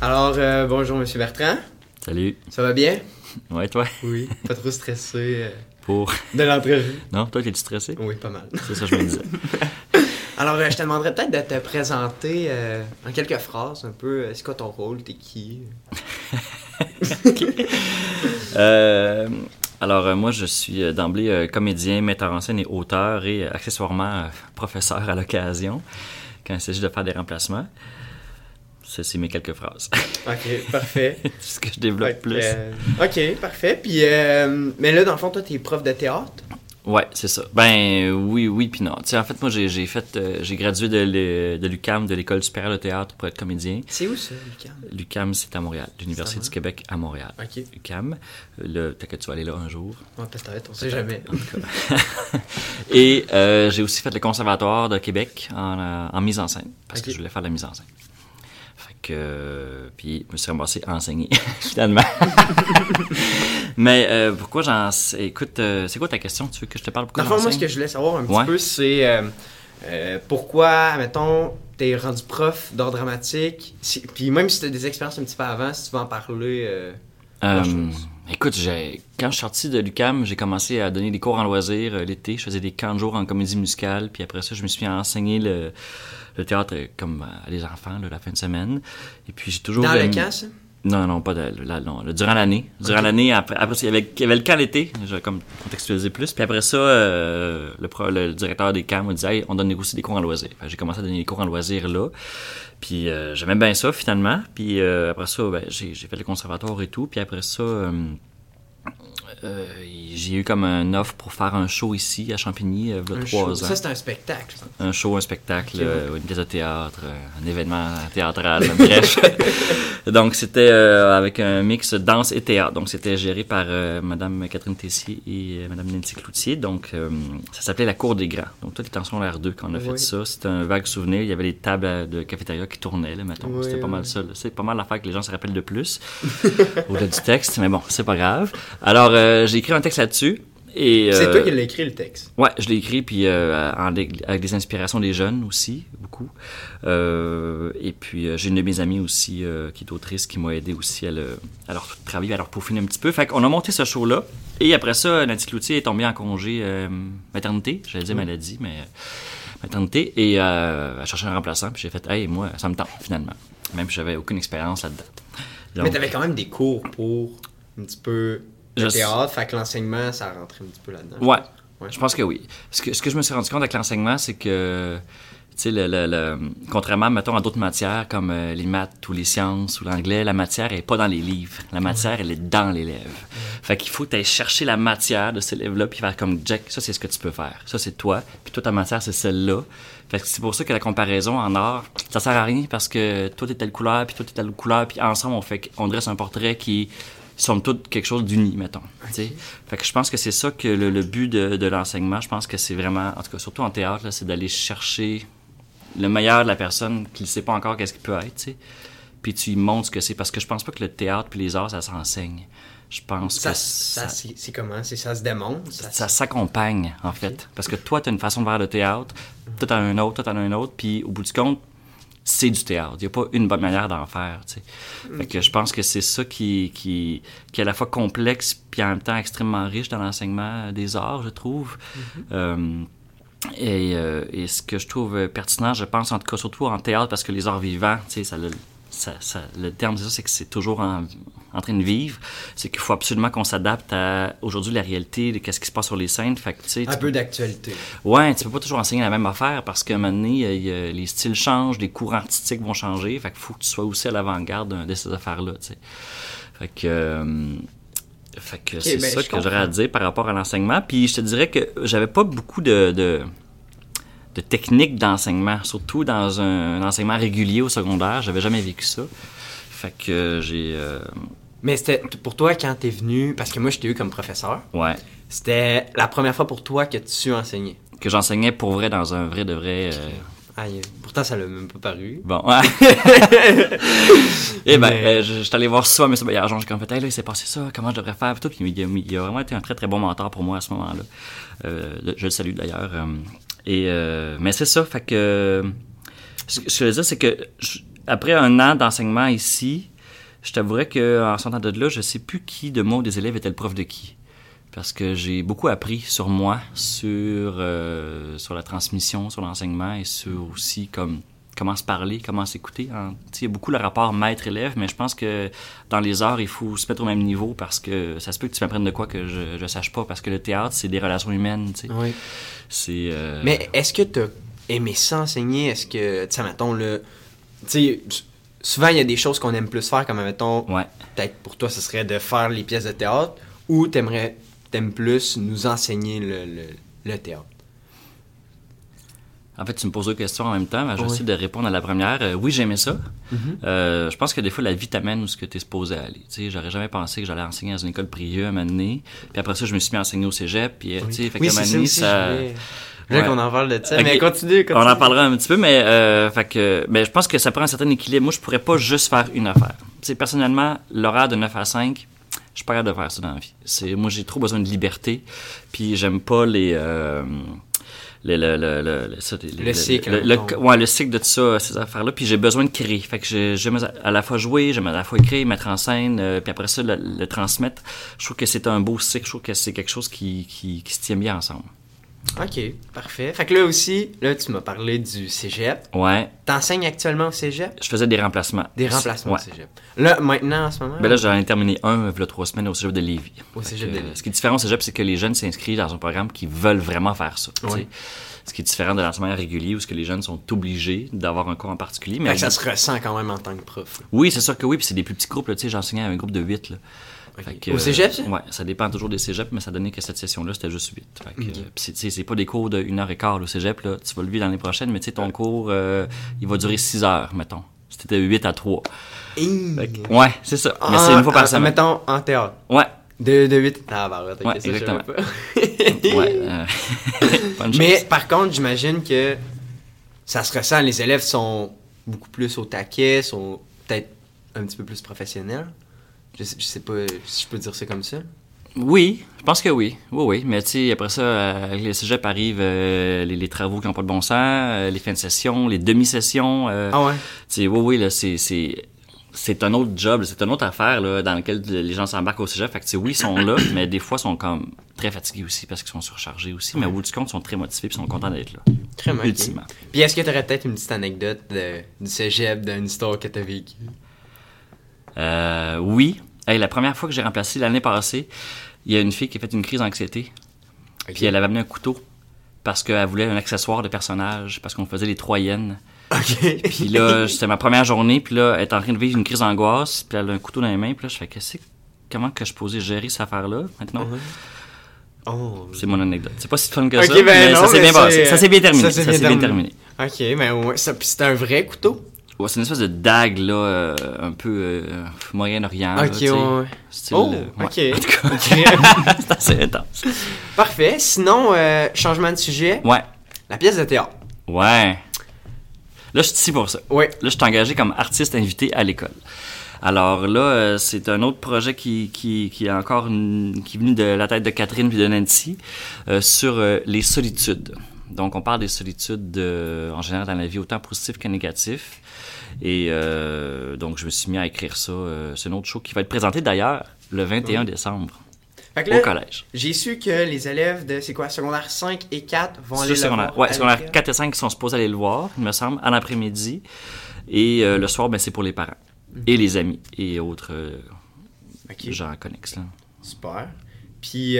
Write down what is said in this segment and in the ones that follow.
Alors, bonjour Monsieur Bertrand. Salut. Ça va bien? Ouais, toi? Oui. Pas trop stressé Pour? de l'entrevue? Non, toi, t'es-tu stressé? Oui, pas mal. C'est ça que je me disais. Alors, je te demanderais peut-être de te présenter en quelques phrases un peu. C'est quoi ton rôle? T'es qui? Alors, moi, je suis d'emblée comédien, metteur en scène et auteur et accessoirement professeur à l'occasion quand il s'agit de faire des remplacements. Ça, c'est mes quelques phrases. OK, parfait. C'est ce que je développe plus. OK, parfait. Puis, mais là, dans le fond, toi, t'es prof de théâtre? Ouais, c'est ça. Ben oui, puis non. Tu sais, en fait, moi, j'ai gradué de l'UQAM, de l'École supérieure de théâtre pour être comédien. C'est où ça, l'UQAM? L'UQAM, c'est à Montréal, l'Université du Québec à Montréal. OK. UQAM. Peut-être que tu vas aller là un jour. Ouais, peut-être, on sait jamais. En tout cas. Et j'ai aussi fait le Conservatoire de Québec en mise en scène, parce que je voulais faire de la mise en scène. Puis je me suis ramassé à enseigner, finalement. Mais pourquoi Écoute, c'est quoi ta question? Tu veux que je te parle pourquoi Dans le fond, moi, j'enseigne? ce que je voulais savoir un petit peu, c'est pourquoi, mettons, t'es rendu prof d'art dramatique, puis même si t'as des expériences un petit peu avant, si tu veux en parler, Écoute, quand je suis sorti de l'UQAM, j'ai commencé à donner des cours en loisirs l'été. Je faisais des camps de jour en comédie musicale, puis après ça, je me suis mis à enseigner le théâtre comme à les enfants la fin de semaine. Et puis j'ai toujours... Dans le camp, ça? Non, pas durant l'année. Durant l'année, après il y avait le camp l'été, je vais comme contextualiser plus. Puis après ça, le directeur des camps m'a dit « Hey, on donne aussi des cours en loisirs. » J'ai commencé à donner des cours en loisirs là. Puis j'aimais bien ça, finalement. Puis après ça, j'ai fait le conservatoire et tout. Puis après ça... j'ai eu comme un offre pour faire un show ici à Champigny il y a 3 ans. Ça, c'est un spectacle. Un spectacle, une pièce de théâtre, un événement théâtral, bref. Donc, c'était avec un mix danse et théâtre. Donc, c'était géré par Mme Catherine Tessier et Mme Nancy Cloutier. Donc, ça s'appelait La Cour des Grands. Donc, toi, t'étais en secondaire 2 quand on a fait ça. C'était un vague souvenir. Il y avait les tables de cafétéria qui tournaient, là, mettons. C'était pas mal ça. C'est pas mal l'affaire que les gens se rappellent de plus. Au-delà du texte, mais bon, c'est pas grave. Alors, j'ai écrit un texte là-dessus. Et, c'est toi qui l'as écrit, le texte? Ouais, je l'ai écrit, puis avec des inspirations des jeunes aussi, beaucoup. Et puis, j'ai une de mes amies aussi, qui est autrice, qui m'a aidé aussi à leur travailler, à leur peaufiner un petit peu. Fait qu'on a monté ce show-là. Et après ça, Nancy Cloutier est tombée en congé maternité. J'allais dire maladie, mais maternité. Et elle cherchait un remplaçant, puis j'ai fait « Hey, moi, ça me tente, finalement. » Même si j'avais aucune expérience là-dedans. Donc, mais t'avais quand même des cours pour un petit peu... Le théâtre, fait que l'enseignement, ça rentrait un petit peu là-dedans. Ouais, je pense que oui. Ce que je me suis rendu compte avec l'enseignement, c'est que, tu sais, contrairement, mettons, à d'autres matières comme les maths ou les sciences ou l'anglais, la matière n'est pas dans les livres. La matière, elle est dans l'élève. Fait qu'il faut que tu ailles chercher la matière de cet élève-là puis faire comme Jack, ça, c'est ce que tu peux faire. Ça, c'est toi. Puis toi, ta matière, c'est celle-là. Fait que c'est pour ça que la comparaison en art, ça sert à rien parce que toi, t'es telle couleur, puis toi, t'es telle couleur, puis ensemble, on dresse un portrait qui somme toute quelque chose d'uni, mettons. Okay. Fait que je pense que c'est ça que le but de l'enseignement, je pense que c'est vraiment, en tout cas surtout en théâtre, là, c'est d'aller chercher le meilleur de la personne qui ne sait pas encore qu'est-ce qu'il peut être, t'sais. Puis tu lui montres ce que c'est, parce que je pense pas que le théâtre puis les arts, ça s'enseigne. Je pense que c'est comment? Ça se démontre? Ça s'accompagne, en fait. Parce que toi, tu as une façon de voir le théâtre, toi, t'en as un autre, toi, t'en as un autre, puis au bout du compte, c'est du théâtre. Il n'y a pas une bonne manière d'en faire, tu sais. Fait que je pense que c'est ça qui est à la fois complexe puis en même temps extrêmement riche dans l'enseignement des arts, je trouve. Et ce que je trouve pertinent, je pense, en tout cas, surtout en théâtre, parce que les arts vivants, tu sais, le terme, c'est ça, c'est que c'est toujours en train de vivre. C'est qu'il faut absolument qu'on s'adapte à, aujourd'hui, la réalité de qu'est-ce qui se passe sur les scènes. Fait que, tu sais, un peu d'actualité. Ouais, tu peux pas toujours enseigner la même affaire parce qu'à un moment donné, les styles changent, les courants artistiques vont changer. Fait qu'il faut que tu sois aussi à l'avant-garde de ces affaires-là, tu sais. Fait que c'est ça que j'aurais à dire par rapport à l'enseignement. Puis je te dirais que j'avais pas beaucoup de techniques d'enseignement, surtout dans un enseignement régulier au secondaire. J'avais jamais vécu ça. Fait que j'ai... Mais c'était pour toi quand t'es venu, parce que moi je t'ai eu comme professeur. Ouais. C'était la première fois pour toi que tu enseignais. Que j'enseignais pour vrai dans un vrai de vrai... pourtant ça l'a même pas paru. Bon, ouais. Et je suis allé voir ça, mais il y a Jean, j'ai comme fait, hey, là, il s'est passé ça, comment je devrais faire, tout. Puis il a vraiment été un très très bon mentor pour moi à ce moment-là. Je le salue d'ailleurs. Mais c'est ça, fait que ce que je veux dire, c'est que après un an d'enseignement ici, Je t'avouerais qu'en sortant de là, je sais plus qui de moi ou des élèves était le prof de qui. Parce que j'ai beaucoup appris sur moi, sur la transmission, sur l'enseignement et sur aussi comment se parler, comment s'écouter. Il y a beaucoup le rapport maître-élève, mais je pense que dans les arts, il faut se mettre au même niveau parce que ça se peut que tu m'apprennes de quoi que je ne sache pas. Parce que le théâtre, c'est des relations humaines. Oui. C'est, Mais est-ce que tu as aimé ça enseigner? Est-ce que, tu sais, mettons, souvent, il y a des choses qu'on aime plus faire, comme, mettons, peut-être pour toi, ce serait de faire les pièces de théâtre, ou t'aimes plus nous enseigner le théâtre? En fait, tu me poses deux questions en même temps. Je vais essayer de répondre à la première. Oui, j'aimais ça. Je pense que des fois, la vie t'amène où tu es supposé aller. J'aurais jamais pensé que j'allais enseigner dans une école privée à un moment donné. Puis après ça, je me suis mis à enseigner au cégep. Puis, fait qu'à un moment donné, ça... Je veux qu'on en parle de ça, mais continue. On en parlera un petit peu, mais je pense que ça prend un certain équilibre. Moi, je pourrais pas juste faire une affaire. Personnellement, l'horaire de 9 à 5, je suis pas capable de faire ça dans la vie. Moi, j'ai trop besoin de liberté. Puis j'aime pas le cycle. Le cycle de tout ça, ces affaires-là. Puis j'ai besoin de créer. Fait que j'aime à la fois jouer, j'aime à la fois écrire, mettre en scène, puis après ça, le transmettre. Je trouve que c'est un beau cycle. Je trouve que c'est quelque chose qui se tient bien ensemble. OK, parfait. Fait que là aussi, tu m'as parlé du cégep. Ouais. T'enseignes actuellement au cégep? Je faisais des remplacements. Des remplacements au cégep. Là, maintenant, en ce moment? Là, j'en ai terminé il y a 3 semaines au cégep de Lévis. Au cégep de Lévis. Ce qui est différent au cégep, c'est que les jeunes s'inscrivent dans un programme qui veulent vraiment faire ça. Oui. Ce qui est différent de l'enseignement régulier où ce que les jeunes sont obligés d'avoir un cours en particulier. Mais ça se ressent quand même en tant que prof. Là. Oui, c'est sûr que oui. Puis c'est des plus petits groupes. J'enseignais à un groupe de 8. Là. Okay. Au cégep, ça? Oui, ça dépend toujours des cégeps, mais ça donnait que cette session-là, c'était juste 8. C'est pas des cours de 1h15 au cégep, là, tu vas le vivre l'année prochaine, mais ton cours, il va durer 6 heures, mettons. C'était 8 à 3. Ouais, c'est ça. Mais c'est une fois par semaine. Mettons, en théâtre. Ouais. De 8 à ouais, exactement. Mais par contre, j'imagine que ça se ressent, les élèves sont beaucoup plus au taquet, sont peut-être un petit peu plus professionnels. Je sais pas si je peux dire ça comme ça. Oui, je pense que oui. Oui. Mais tu sais, après ça, avec les cégeps arrivent les travaux qui n'ont pas de bon sens, les fins de session, les demi-sessions. Ah ouais? Tu sais, oui, là, c'est un autre job, c'est une autre affaire là, dans laquelle les gens s'embarquent au cégep. Fait que, oui, ils sont là, mais des fois, ils sont comme très fatigués aussi parce qu'ils sont surchargés aussi. Mais au bout du compte, ils sont très motivés et ils sont contents d'être là. Très motivés. Ultimement. Puis est-ce que tu aurais peut-être une petite anecdote du cégep, d'une histoire que tu as vécue? Oui. La première fois que j'ai remplacé l'année passée, il y a une fille qui a fait une crise d'anxiété. Okay. Puis elle avait amené un couteau parce qu'elle voulait un accessoire de personnage, parce qu'on faisait les Troyennes. OK. Puis là, c'était ma première journée, puis là, elle est en train de vivre une crise d'angoisse, puis elle a un couteau dans les mains, puis là, je fais comment que je posais gérer cette affaire-là maintenant? Oh. C'est mon anecdote. C'est pas si fun que ça, mais non, ça s'est bien passé. Ça s'est bien terminé. Ça s'est bien terminé. OK, mais au moins, puis c'était un vrai couteau? Ouais, c'est une espèce de dague, là, un peu Moyen-Orient. OK, là, ouais. Style, OK. En tout cas, c'est assez intense. Parfait. Sinon, changement de sujet. Ouais. La pièce de théâtre. Ouais. Là, je suis ici pour ça. Ouais. Là, je suis engagé comme artiste invité à l'école. Alors là, c'est un autre projet qui est encore qui est venu de la tête de Catherine puis de Nancy sur les solitudes. Donc, on parle des solitudes en général dans la vie, autant positif que négatif. Et donc, je me suis mis à écrire ça. C'est une autre show qui va être présentée d'ailleurs le 21 décembre au collège. J'ai su que les élèves de, secondaire 5 et 4 vont aller le voir. Ouais, secondaire 4 et 5 sont supposés aller le voir, il me semble, en après-midi. Et le soir, c'est pour les parents et les amis et autres gens connexes. Là. Super. Puis,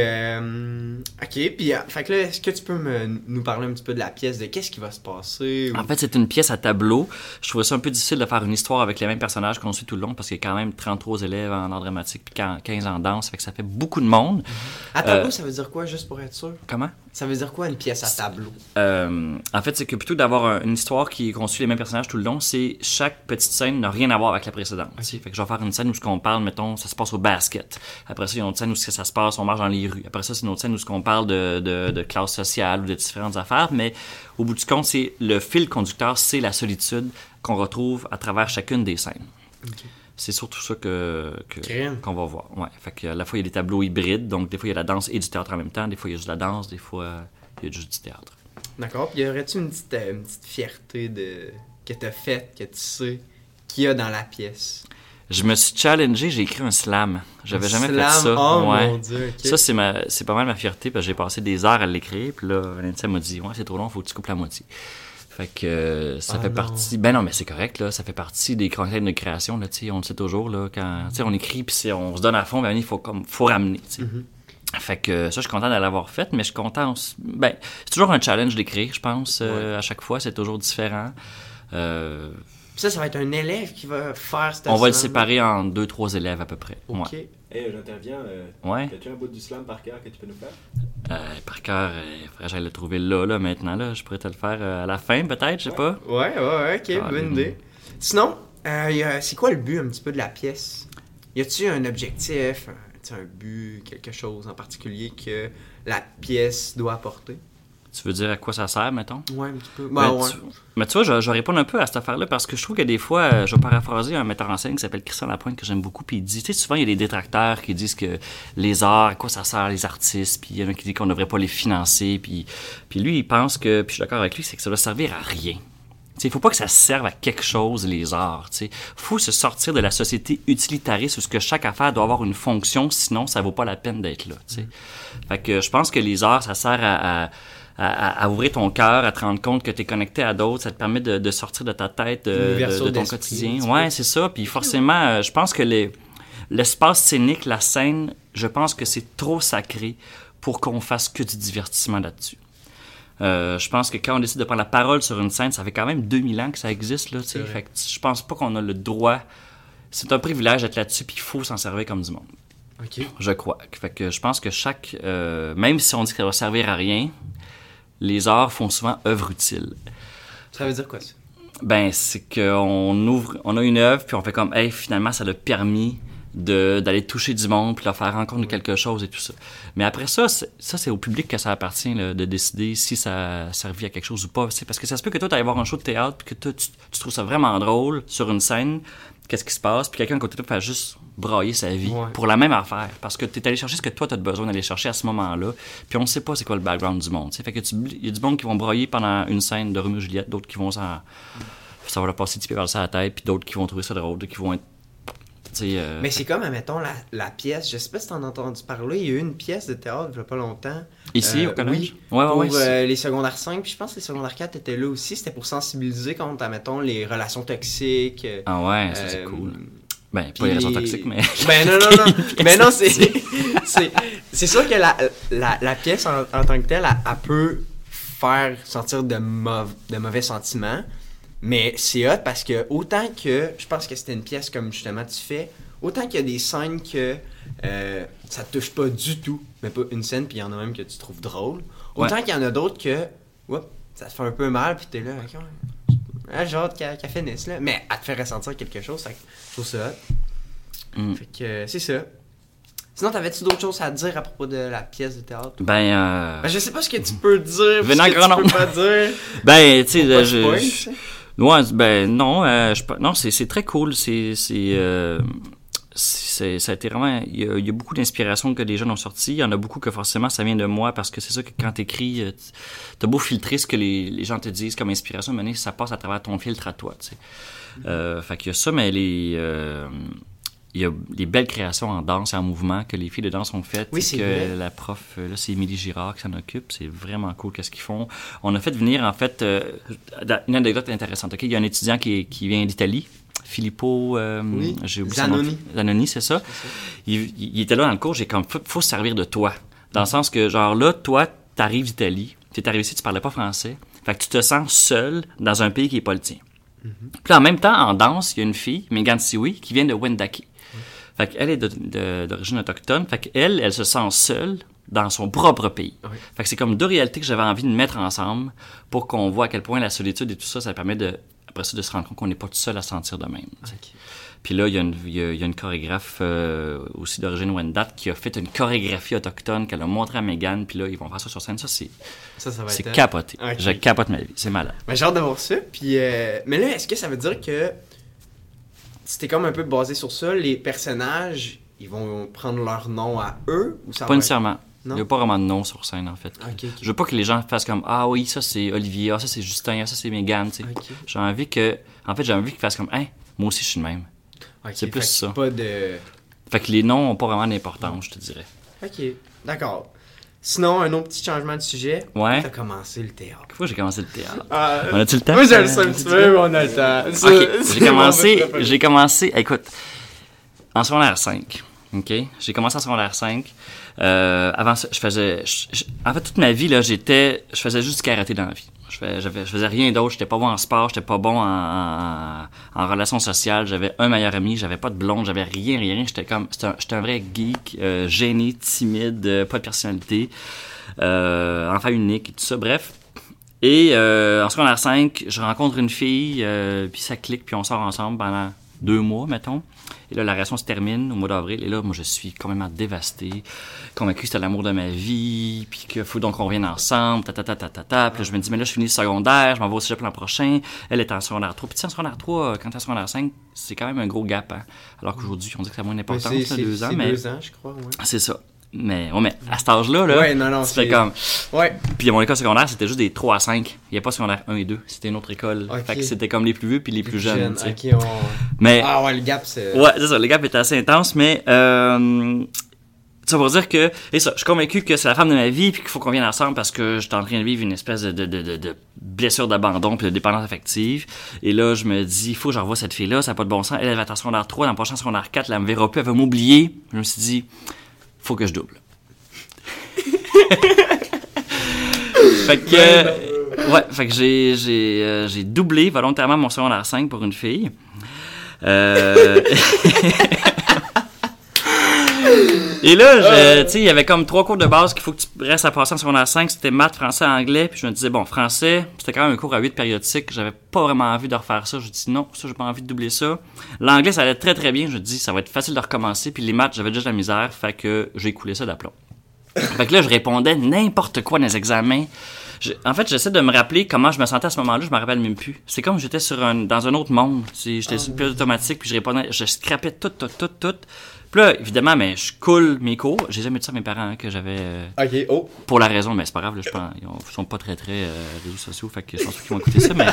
OK. Puis, fait que là, est-ce que tu peux nous parler un petit peu de la pièce, de qu'est-ce qui va se passer? En fait, c'est une pièce à tableau. Je trouvais ça un peu difficile de faire une histoire avec les mêmes personnages qu'on suit tout le long parce qu'il y a quand même 33 élèves en art dramatique puis 15 en danse. Fait que ça fait beaucoup de monde. À tableau, ça veut dire quoi, juste pour être sûr? Comment? Ça veut dire quoi, une pièce à tableau? En fait, c'est que plutôt d'avoir une histoire qu'on suit les mêmes personnages tout le long, c'est chaque petite scène n'a rien à voir avec la précédente. Okay. Fait que je vais faire une scène où on parle, mettons, ça se passe au basket. Après ça, il y a une autre scène où ça se passe, on marche dans les rues. Après ça, c'est une autre scène où on parle de classe sociale ou de différentes affaires. Mais au bout du compte, c'est le fil conducteur, c'est la solitude qu'on retrouve à travers chacune des scènes. Okay. C'est surtout ça qu'on va voir. Ouais. Fait que, à la fois, il y a des tableaux hybrides, donc des fois, il y a la danse et du théâtre en même temps. Des fois, il y a juste de la danse, des fois, il y a juste du théâtre. D'accord. Puis, y aurait-tu une petite fierté que tu as faite, que tu sais, qu'il y a dans la pièce? Je me suis challengé, j'ai écrit un slam. J'avais jamais fait ça. Oh ouais. mon Dieu, ok. Ça, c'est pas mal ma fierté, parce que j'ai passé des heures à l'écrire, puis là, Valentin m'a dit, ouais, c'est trop long, faut que tu coupes la moitié. Fait que ça fait partie... Ben non, mais c'est correct, là, ça fait partie des contraintes de création, là, tu sais, on le sait toujours, là, quand, tu sais, on écrit, puis on se donne à fond, ben il faut ramener, tu sais. Fait que ça, je suis content de l'avoir fait, mais je suis content aussi... Ben, c'est toujours un challenge d'écrire, je pense, à chaque fois, c'est toujours différent. Ça va être un élève qui va faire cette On va le séparer en 2-3 élèves à peu près. OK. Ouais. Hey, j'interviens. Ouais. As-tu un bout du slam par cœur que tu peux nous faire? Par cœur, il faudrait que j'aille le trouver là, maintenant. Là. Je pourrais te le faire à la fin, peut-être, je sais pas. Ouais, ok, bonne idée. Sinon, c'est quoi le but un petit peu de la pièce? Y a-tu un objectif, un but, quelque chose en particulier que la pièce doit apporter? Tu veux dire à quoi ça sert, mettons? Ouais, un petit peu. Mais tu vois, je réponds un peu à cette affaire-là parce que je trouve que des fois, je vais paraphraser un metteur en scène qui s'appelle Christian Lapointe, que j'aime beaucoup, puis il dit, tu sais, souvent, il y a des détracteurs qui disent que les arts, à quoi ça sert les artistes, puis il y en a qui disent qu'on ne devrait pas les financer, puis lui, il pense que, puis je suis d'accord avec lui, c'est que ça doit servir à rien. Il ne faut pas que ça serve à quelque chose, les arts. Il faut se sortir de la société utilitariste où ce que chaque affaire doit avoir une fonction, sinon ça ne vaut pas la peine d'être là. Fait que je pense que les arts, ça sert à ouvrir ton cœur, à te rendre compte que tu es connecté à d'autres, ça te permet de sortir de ta tête, de ton quotidien. Ouais, c'est ça. Puis forcément, je pense que l'espace scénique, la scène, je pense que c'est trop sacré pour qu'on fasse que du divertissement là-dessus. Je pense que quand on décide de prendre la parole sur une scène, ça fait quand même 2000 ans que ça existe, là, tu sais. Fait que je pense pas qu'on a le droit. C'est un privilège d'être là-dessus, puis il faut s'en servir comme du monde. OK. Je crois. Fait que je pense que même si on dit que ça va servir à rien, les arts font souvent œuvre utile. Ça veut dire quoi, ça? Ben, c'est on a une œuvre, puis on fait comme, hey, finalement, ça l'a permis d'aller toucher du monde, puis leur faire rencontre quelque chose et tout ça. Mais après ça, c'est au public que ça appartient là, de décider si ça a servi à quelque chose ou pas. C'est parce que ça se peut que toi, tu ailles voir un show de théâtre, puis que toi, tu trouves ça vraiment drôle sur une scène, qu'est-ce qui se passe, puis quelqu'un à côté de toi fait juste brailler sa vie pour la même affaire. Parce que tu es allé chercher ce que toi, tu as besoin d'aller chercher à ce moment-là, puis on ne sait pas c'est quoi le background du monde. T'sais. Fait que il y a du monde qui vont brailler pendant une scène de Roméo et Juliette, d'autres qui vont ça va leur passer du pied par la tête, puis d'autres qui vont trouver ça drôle, d'autres qui vont être Mais c'est comme, admettons, la pièce, je sais pas si t'en as entendu parler, il y a eu une pièce de théâtre il y a pas longtemps. Ici, au collège? Oui, pour les secondaires 5, puis je pense que les secondaires 4 étaient là aussi, c'était pour sensibiliser contre, admettons, les relations toxiques. Ah ouais, ça c'est cool. Ben, pas les relations toxiques, mais... Ben non. Mais non, c'est sûr que la pièce en tant que telle, elle peut faire sentir de mauvais sentiments. Mais c'est hot parce que autant que je pense que c'était une pièce comme justement tu fais, autant qu'il y a des scènes que ça te touche pas du tout, mais pas une scène, puis il y en a même que tu trouves drôle. Autant qu'il y en a d'autres que ça te fait un peu mal, puis t'es là, j'ai hâte qu'elle finisse, là. Mais elle te fait ressentir quelque chose, ça, je trouve ça hot. Fait que c'est ça. Sinon, t'avais-tu d'autres choses à dire à propos de la pièce de théâtre? Ben, je sais pas ce que tu peux dire, ce que tu peux pas dire. Ben, tu sais, ouais, ben non, non, c'est très cool. Ça a été vraiment. Il y a beaucoup d'inspiration que les jeunes ont sorti. Il y en a beaucoup que forcément ça vient de moi parce que c'est ça que quand t'écris, t'as beau filtrer ce que les gens te disent comme inspiration, mais ça passe à travers ton filtre à toi. Tu sais. Fait qu'il y a ça, mais il y a des belles créations en danse et en mouvement que les filles de danse ont faites. Oui, c'est vrai. La prof, là, c'est Émilie Girard qui s'en occupe. C'est vraiment cool qu'est-ce qu'ils font. On a fait venir, en fait, une anecdote intéressante. Okay? Il y a un étudiant qui vient d'Italie, Filippo... j'ai oublié Zanoni. Son nom. Zanoni, c'est ça. Il était là dans le cours. J'ai comme, faut se servir de toi. Dans le sens que, genre là, toi, t'arrives d'Italie. T'es arrivé ici, tu parlais pas français. Fait que tu te sens seul dans un pays qui est pas le tien. Puis là, en même temps, en danse, il y a une fille, Megan Siwi, qui vient de Wendake. Fait qu'elle est d'origine autochtone. Fait qu'elle se sent seule dans son propre pays. Oui. Fait que c'est comme deux réalités que j'avais envie de mettre ensemble pour qu'on voit à quel point la solitude et tout ça, ça permet après ça de se rendre compte qu'on n'est pas tout seul à se sentir de même. Okay. Puis là, il y a une chorégraphe aussi d'origine Wendat qui a fait une chorégraphie autochtone qu'elle a montrée à Megan. Puis là, ils vont faire ça sur scène. Ça va c'est capoté. Okay. Je capote ma vie. C'est malade. Mais j'ai hâte de voir ça. Puis, mais là, est-ce que ça veut dire que c'était comme un peu basé sur ça, les personnages, ils vont prendre leur nom à eux ou ça pas nécessairement. Il n'y a pas vraiment de nom sur scène, en fait. Okay. Je veux pas que les gens fassent comme « Ah oui, ça c'est Olivier, ah ça c'est Justin, ah ça c'est Mégane. » j'ai envie qu'ils fassent comme « Hein, moi aussi je suis le même. » Ok, C'est plus fait que ça. Pas de... Fait que les noms n'ont pas vraiment d'importance, je te dirais. Ok, d'accord. Sinon, un autre petit changement de sujet. Ouais. T'as commencé le théâtre. Pourquoi j'ai commencé le théâtre? Ah, On a-tu le temps? moi, je le sais un petit peu, mais on a le temps. Ok, j'ai commencé, écoute, en secondaire 5. OK? J'ai commencé en secondaire 5. Avant ça, en fait, toute ma vie, là, je faisais juste du karaté dans la vie. Je faisais rien d'autre. J'étais pas bon en sport, j'étais pas bon en relations sociales. J'avais un meilleur ami, j'avais pas de blonde, j'avais rien. J'étais un vrai geek, gêné, timide, pas de personnalité, enfant unique et tout ça. Bref. Et en secondaire 5, je rencontre une fille, puis ça clique, puis on sort ensemble pendant 2 mois, mettons. Et là, la relation se termine au mois d'avril. Et là, moi, je suis complètement dévasté, convaincu que c'était l'amour de ma vie, puis qu'il faut donc qu'on revienne ensemble, Puis là, je me dis, mais là, je finis le secondaire, je m'en vais au cégep l'an prochain. Elle est en secondaire 3. Puis tu sais, en secondaire 3, quand t'es en secondaire 5, c'est quand même un gros gap, hein. Alors qu'aujourd'hui, on dit que ça a moins d'importance, c'est 2 ans. C'est mais 2 ans, je crois, ouais. C'est ça. Mais à cet âge-là, là, ouais, non, tu fais comme... Ouais. Puis mon école secondaire, c'était juste des 3 à 5. Il n'y a pas secondaire 1 et 2. C'était une autre école. Okay. Fait que c'était comme les plus vieux puis les plus jeunes. Ok, Mais, ah ouais, le gap, c'est... Ouais, c'est ça. Le gap était assez intense, mais... ça veut dire que... Et ça, je suis convaincu que c'est la femme de ma vie puis qu'il faut qu'on vienne ensemble parce que j'étais en train de vivre une espèce de blessure d'abandon puis de dépendance affective. Et là, je me dis, il faut que je revoie cette fille-là. Ça n'a pas de bon sens. Elle va être en secondaire 3. Dans le prochain secondaire 4, elle me verra plus. Elle va m'oublier. Je me suis dit, faut que je double. Fait que j'ai doublé volontairement mon secondaire 5 pour une fille. Et là, tu sais, il y avait comme 3 cours de base qu'il faut que tu restes à passer en secondaire 5. C'était maths, français, anglais. Puis je me disais, bon, français, c'était quand même un cours à 8 périodiques. J'avais pas vraiment envie de refaire ça. Je me dis, non, ça, j'ai pas envie de doubler ça. L'anglais, ça allait très, très bien. Je me dis, ça va être facile de recommencer. Puis les maths, j'avais déjà de la misère. Fait que j'ai coulé ça d'aplomb. Fait que là, je répondais n'importe quoi dans les examens. En fait, j'essaie de me rappeler comment je me sentais à ce moment-là. Je me rappelle même plus. C'est comme j'étais dans un autre monde. J'étais sur le pilote automatique, puis je répondais, je scrapais tout. Puis là, évidemment, mais je coule mes cours. J'ai jamais dit ça à mes parents hein, que j'avais... OK, oh! Pour la raison, mais c'est pas grave, là, je pense, ils sont pas très réseaux sociaux, fait que je pense pas qu'ils vont écouter ça, mais...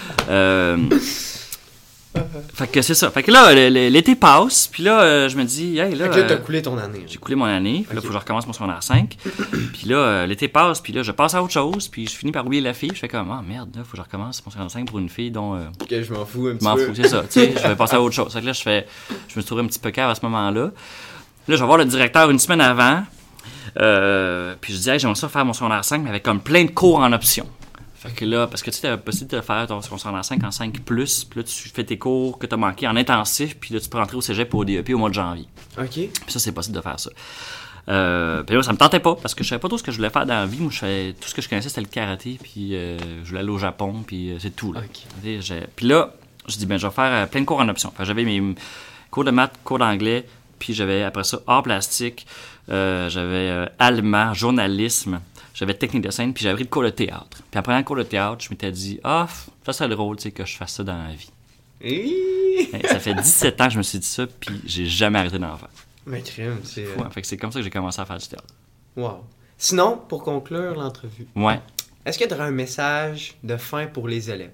Fait que c'est ça. Fait que là, l'été passe, puis là, je me dis, hey, là... Fait que là, t'as coulé ton année. J'ai coulé mon année, puis là, faut que je recommence mon secondaire 5. Puis là, l'été passe, puis là, je passe à autre chose, puis je finis par oublier la fille. Je fais comme, ah merde, là, faut que je recommence mon secondaire 5 pour une fille dont... Que je m'en fous un petit peu. Je m'en fous, c'est ça. Tu sais, je vais passer à autre chose. Fait que là, je me suis trouvé un petit peu cave à ce moment-là. Là, je vais voir le directeur une semaine avant, puis je dis, hey, j'aimerais ça faire mon secondaire 5, mais avec comme plein de cours en option. Fait que là, parce que tu sais, t'as possibilité de faire ton secondaire 5 en 5+, puis là, tu fais tes cours que t'as manqués en intensif, puis là, tu peux rentrer au cégep au DEP au mois de janvier. OK. Puis ça, c'est possible de faire ça. Puis là, ça me tentait pas, parce que je savais pas tout ce que je voulais faire dans la vie. Moi, tout ce que je connaissais, c'était le karaté, puis je voulais aller au Japon, puis c'est tout, là. Okay. Puis là, je dis, ben, je vais faire plein de cours en option. Fait que j'avais mes cours de maths, cours d'anglais, puis j'avais, après ça, art plastique, j'avais allemand, journalisme, j'avais technique de scène, puis j'avais pris le cours de théâtre. Puis après le cours de théâtre, je m'étais dit, ça serait drôle, tu sais, que je fasse ça dans la vie. Ça fait 17 ans que je me suis dit ça, puis j'ai jamais arrêté d'en faire. Mais crème, c'est... Fou, hein? Fait que c'est comme ça que j'ai commencé à faire du théâtre. Wow. Sinon, pour conclure l'entrevue, ouais. Est-ce qu'il y aurait un message de fin pour les élèves?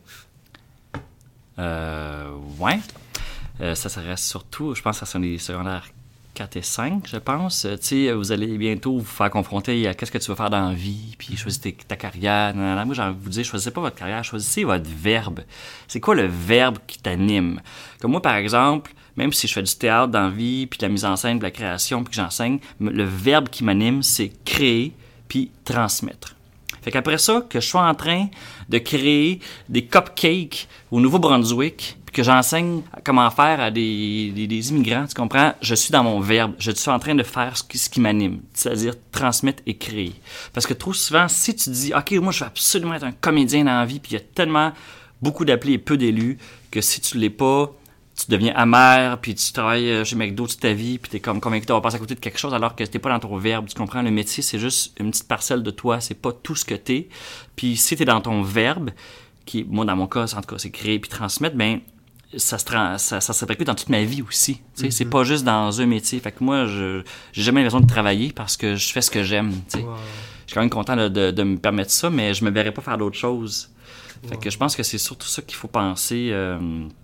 Ouais. Ça serait surtout, je pense que ça sont les secondaires 4 et 5, je pense. Tu sais, vous allez bientôt vous faire confronter à qu'est-ce que tu veux faire dans la vie, puis choisir ta carrière. Moi, j'ai envie de vous dire, choisissez pas votre carrière, choisissez votre verbe. C'est quoi le verbe qui t'anime? Comme moi, par exemple, même si je fais du théâtre dans la vie, puis de la mise en scène, de la création, puis que j'enseigne, le verbe qui m'anime, c'est créer puis transmettre. Fait qu'après ça, que je sois en train de créer des cupcakes au Nouveau-Brunswick, puis que j'enseigne comment faire à des immigrants, tu comprends? Je suis dans mon verbe. Je suis en train de faire ce qui m'anime, c'est-à-dire transmettre et créer. Parce que trop souvent, si tu dis « OK, moi, je veux absolument être un comédien dans la vie », puis il y a tellement beaucoup d'appelés et peu d'élus que si tu l'es pas, tu deviens amer, puis tu travailles chez McDo toute ta vie, puis t'es comme convaincu d'avoir passé à côté de quelque chose alors que t'es pas dans ton verbe. Tu comprends? Le métier, c'est juste une petite parcelle de toi, c'est pas tout ce que t'es. Puis si t'es dans ton verbe, qui, moi, dans mon cas, en tout cas, c'est créer puis transmettre, ben ça se répercute dans toute ma vie aussi. Tu sais, c'est pas juste dans un métier. Fait que moi, j'ai jamais l'impression de travailler parce que je fais ce que j'aime. Tu sais. Wow. Je suis quand même content de me permettre ça, mais je me verrais pas faire d'autres choses. Fait que je pense que c'est surtout ça qu'il faut penser.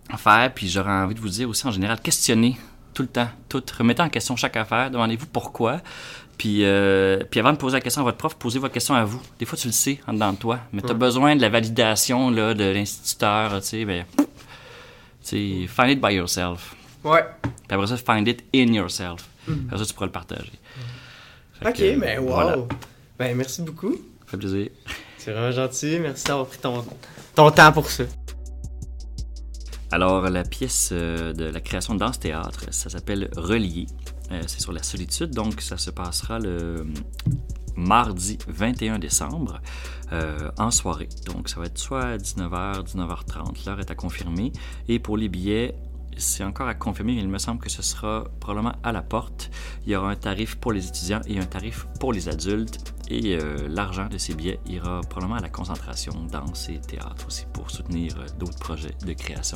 faire. Puis j'aurais envie de vous dire aussi, en général, questionnez tout le temps, tout. Remettez en question chaque affaire, demandez-vous pourquoi. Puis avant de poser la question à votre prof, posez votre question à vous. Des fois, tu le sais en dedans de toi, mais tu as besoin de la validation là, de l'instituteur, tu sais, ben, find it by yourself. Ouais. Puis après ça, find it in yourself. Après ça, tu pourras le partager. Ok, ben wow. Voilà. Ben merci beaucoup. Ça fait plaisir. C'est vraiment gentil. Merci d'avoir pris ton temps pour ça. Alors, la pièce de la création de danse-théâtre, ça s'appelle Relié. C'est sur la solitude, donc ça se passera le mardi 21 décembre en soirée. Donc, ça va être soit à 19h, 19h30. L'heure est à confirmer. Et pour les billets, c'est encore à confirmer, mais il me semble que ce sera probablement à la porte. Il y aura un tarif pour les étudiants et un tarif pour les adultes. Et l'argent de ces billets ira probablement à la concentration danse et théâtre aussi pour soutenir d'autres projets de création.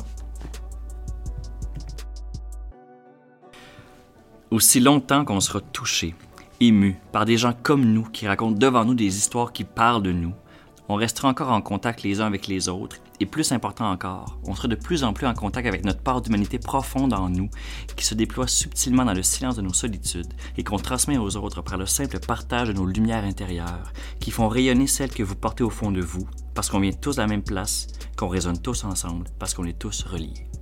Aussi longtemps qu'on sera touché, ému par des gens comme nous qui racontent devant nous des histoires qui parlent de nous, on restera encore en contact les uns avec les autres et plus important encore, on sera de plus en plus en contact avec notre part d'humanité profonde en nous qui se déploie subtilement dans le silence de nos solitudes et qu'on transmet aux autres par le simple partage de nos lumières intérieures qui font rayonner celles que vous portez au fond de vous parce qu'on vient tous de la même place, qu'on résonne tous ensemble parce qu'on est tous reliés.